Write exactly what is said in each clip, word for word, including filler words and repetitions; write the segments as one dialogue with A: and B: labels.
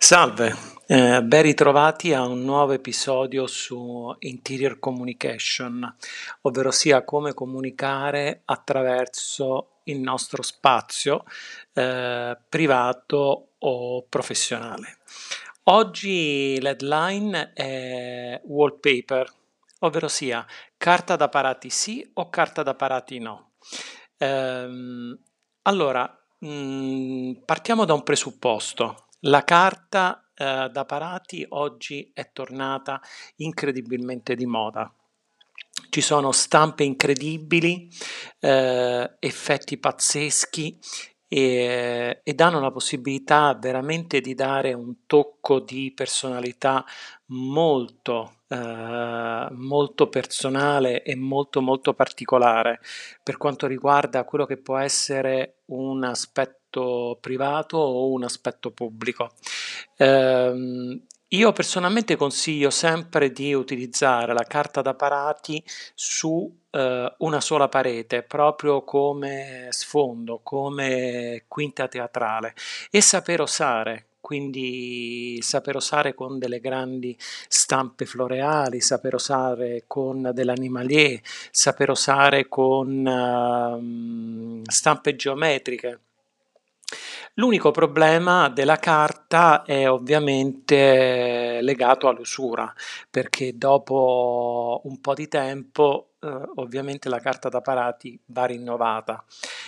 A: Salve, eh, ben ritrovati a un nuovo episodio su Interior Communication, ovvero sia come comunicare attraverso il nostro spazio eh, privato o professionale. Oggi l'headline è wallpaper, ovvero sia carta da parati sì o carta da parati no. Ehm, allora, mh, partiamo da un presupposto. La carta eh, da parati oggi è tornata incredibilmente di moda. Ci sono stampe incredibili, eh, effetti pazzeschi e, e danno la possibilità veramente di dare un tocco di personalità molto, eh, molto personale e molto, molto particolare per quanto riguarda quello che può essere un aspetto privato o un aspetto pubblico. Ehm, io personalmente consiglio sempre di utilizzare la carta da parati su eh, una sola parete, proprio come sfondo, come quinta teatrale e saper osare. Quindi saper osare con delle grandi stampe floreali, saper osare con dell'animalier, saper osare con uh, stampe geometriche. L'unico problema della carta è ovviamente legato all'usura, perché dopo un po' di tempo eh, ovviamente la carta da parati va rinnovata.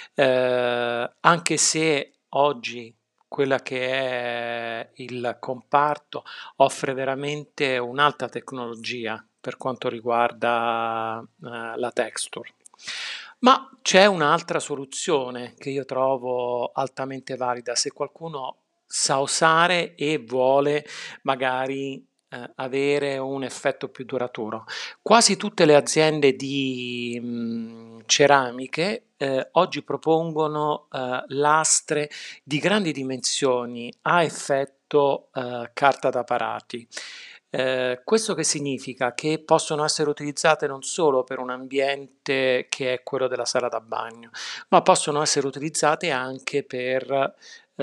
A: Eh, anche se oggi quella che è il comparto offre veramente un'alta tecnologia per quanto riguarda eh, la texture. Ma c'è un'altra soluzione che io trovo altamente valida se qualcuno sa osare e vuole magari eh, avere un effetto più duraturo. Quasi tutte le aziende di mh, ceramiche eh, oggi propongono eh, lastre di grandi dimensioni a effetto eh, carta da parati. Eh, questo che significa? Che possono essere utilizzate non solo per un ambiente che è quello della sala da bagno, ma possono essere utilizzate anche per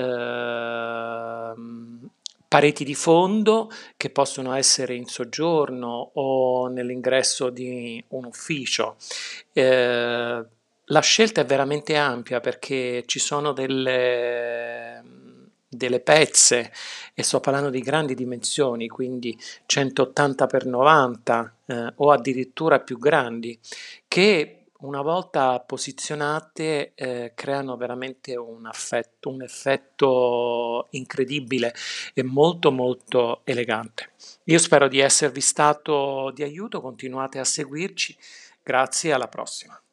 A: ehm, pareti di fondo che possono essere in soggiorno o nell'ingresso di un ufficio. Eh, la scelta è veramente ampia perché ci sono delle, delle pezze e sto parlando di grandi dimensioni, quindi centottanta per novanta eh, o addirittura più grandi, che una volta posizionate eh, creano veramente un, affetto, un effetto incredibile e molto molto elegante. Io spero di esservi stato di aiuto, continuate a seguirci, grazie, alla prossima.